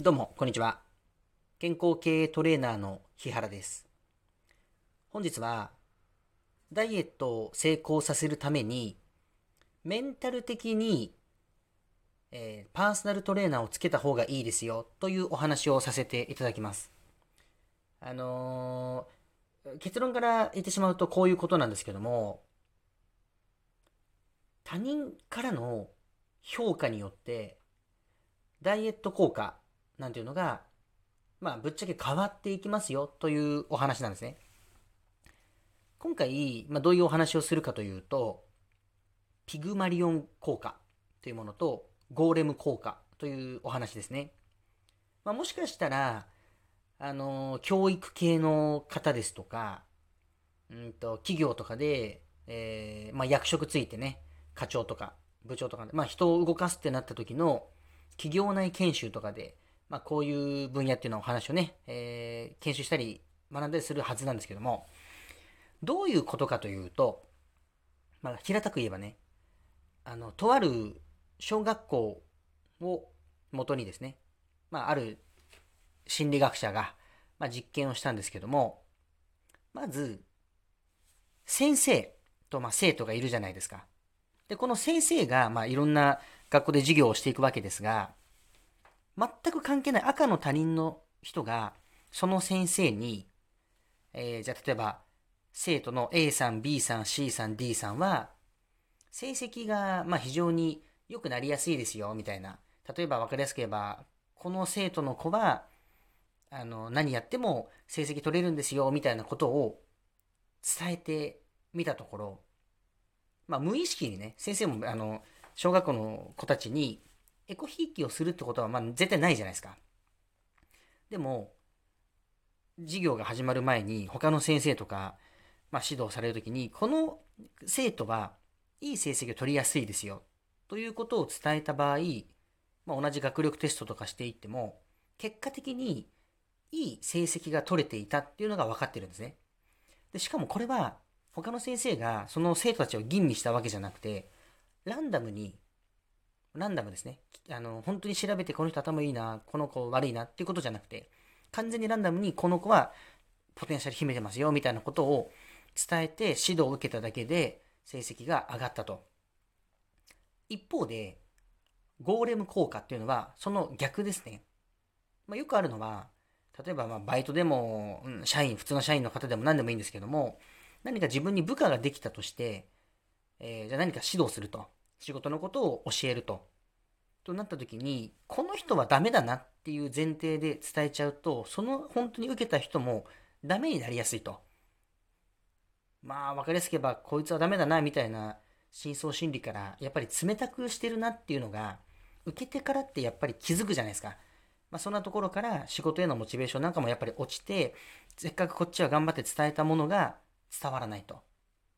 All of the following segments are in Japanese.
どうも、こんにちは。健康経営トレーナーの日原です。本日は、ダイエットを成功させるために、メンタル的に、パーソナルトレーナーをつけた方がいいですよ、というお話をさせていただきます。結論から言ってしまうとこういうことなんですけども、他人からの評価によって、ダイエット効果なんていうのが、ぶっちゃけ変わっていきますよ、というお話なんですね。今回、どういうお話をするかというと、ピグマリオン効果というものと、ゴーレム効果というお話ですね。もしかしたら、教育系の方ですとか、企業とかで、役職ついてね、課長とか部長とかで、人を動かすってなった時の企業内研修とかで、こういう分野っていうのをお話をね、研修したり学んだりするはずなんですけども、どういうことかというと、平たく言えばね、とある小学校を元にですね、ある心理学者が、実験をしたんですけども、まず、先生と、生徒がいるじゃないですか。で、この先生が、いろんな学校で授業をしていくわけですが、全く関係ない赤の他人の人が、その先生に、じゃあ例えば、生徒の A さん、B さん、C さん、D さんは、成績が非常に良くなりやすいですよみたいな、例えば分かりやすく言えば、この生徒の子は何やっても成績取れるんですよみたいなことを伝えてみたところ、無意識にね、先生も小学校の子たちにエコひいきをするってことは絶対ないじゃないですか。でも授業が始まる前に他の先生とか、指導されるときに、この生徒はいい成績を取りやすいですよということを伝えた場合、同じ学力テストとかしていっても、結果的にいい成績が取れていたっていうのが分かってるんですね。で、しかもこれは他の先生がその生徒たちを吟味したわけじゃなくて、ランダムに、ランダムですね。本当に調べてこの人頭いいな、この子悪いなっていうことじゃなくて、完全にランダムにこの子はポテンシャル秘めてますよみたいなことを伝えて指導を受けただけで成績が上がったと。一方で、ゴーレム効果っていうのはその逆ですね。よくあるのは、例えばバイトでも、普通の社員の方でも何でもいいんですけども、何か自分に部下ができたとして、じゃあ何か指導すると。仕事のことを教えると。となった時に、この人はダメだなっていう前提で伝えちゃうと、その本当に受けた人もダメになりやすいと。わかりやすく言えば、こいつはダメだなみたいな深層心理から、やっぱり冷たくしてるなっていうのが、受けてからってやっぱり気づくじゃないですか。そんなところから仕事へのモチベーションなんかもやっぱり落ちて、せっかくこっちは頑張って伝えたものが伝わらないと。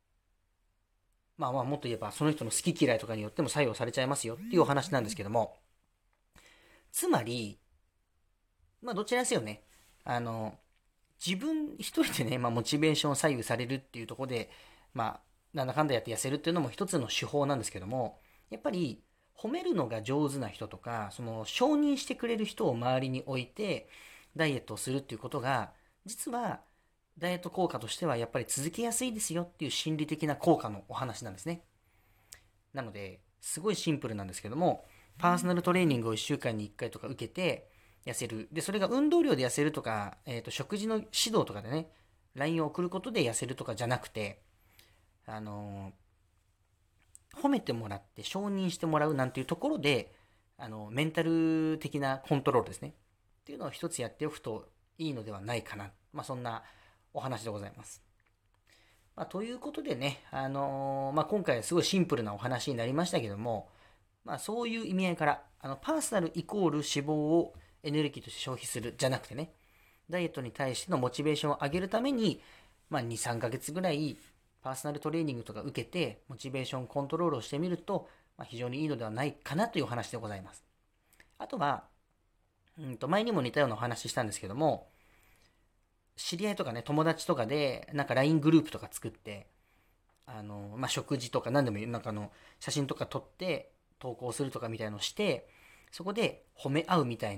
もっと言えば、その人の好き嫌いとかによっても作用されちゃいますよっていうお話なんですけども、つまり、どちらですよね。あの、自分一人でね、モチベーションを左右されるっていうところで、なんだかんだやって痩せるっていうのも一つの手法なんですけども、やっぱり褒めるのが上手な人とか、その承認してくれる人を周りに置いて、ダイエットをするっていうことが、実はダイエット効果としてはやっぱり続けやすいですよっていう心理的な効果のお話なんですね。なので、すごいシンプルなんですけども、パーソナルトレーニングを1週間に1回とか受けて痩せる。で、それが運動量で痩せるとか、食事の指導とかでね、LINE を送ることで痩せるとかじゃなくて、あの褒めてもらって承認してもらうなんていうところで、メンタル的なコントロールですね。っていうのを一つやっておくといいのではないかな。そんなお話でございます。ということでね、今回はすごいシンプルなお話になりましたけども、そういう意味合いから、パーソナルイコール脂肪をエネルギーとして消費するじゃなくてね、ダイエットに対してのモチベーションを上げるために、2、3ヶ月ぐらいパーソナルトレーニングとか受けて、モチベーションコントロールをしてみると、非常にいいのではないかなというお話でございます。あとは、前にも似たようなお話ししたんですけども、知り合いとかね、友達とかで、なんか LINE グループとか作って、食事とか何でもいい、写真とか撮って投稿するとかみたいのをして、そこで褒め合うみたいな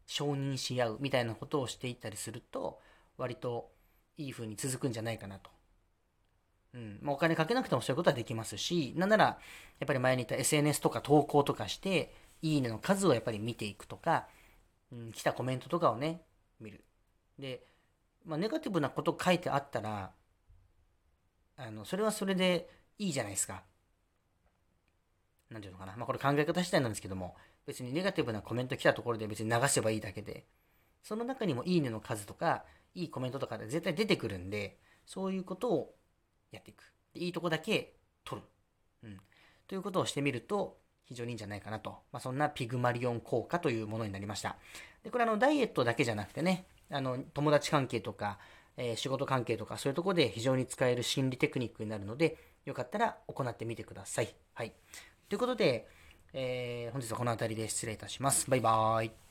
承認し合うみたいなことをしていったりすると、割といい風に続くんじゃないかなと。まあ、お金かけなくてもそういうことはできますし、なんなら、やっぱり前に言った SNS とか投稿とかして、いいねの数をやっぱり見ていくとか、来たコメントとかをね、見る。で、まあ、ネガティブなこと書いてあったら、それはそれでいいじゃないですか。なんていうのかな。まあ、これ考え方次第なんですけども、別にネガティブなコメント来たところで別に流せばいいだけで、その中にもいいねの数とか、いいコメントとかで絶対出てくるんで、そういうことをやっていく。いいとこだけ取る。ということをしてみると、非常にいいんじゃないかなと。まあ、そんなピグマリオン効果というものになりました。で、これダイエットだけじゃなくてね、友達関係とか、仕事関係とか、そういうところで非常に使える心理テクニックになるので、よかったら行ってみてください。はい。ということで、本日はこの辺りで失礼いたします。バイバーイ。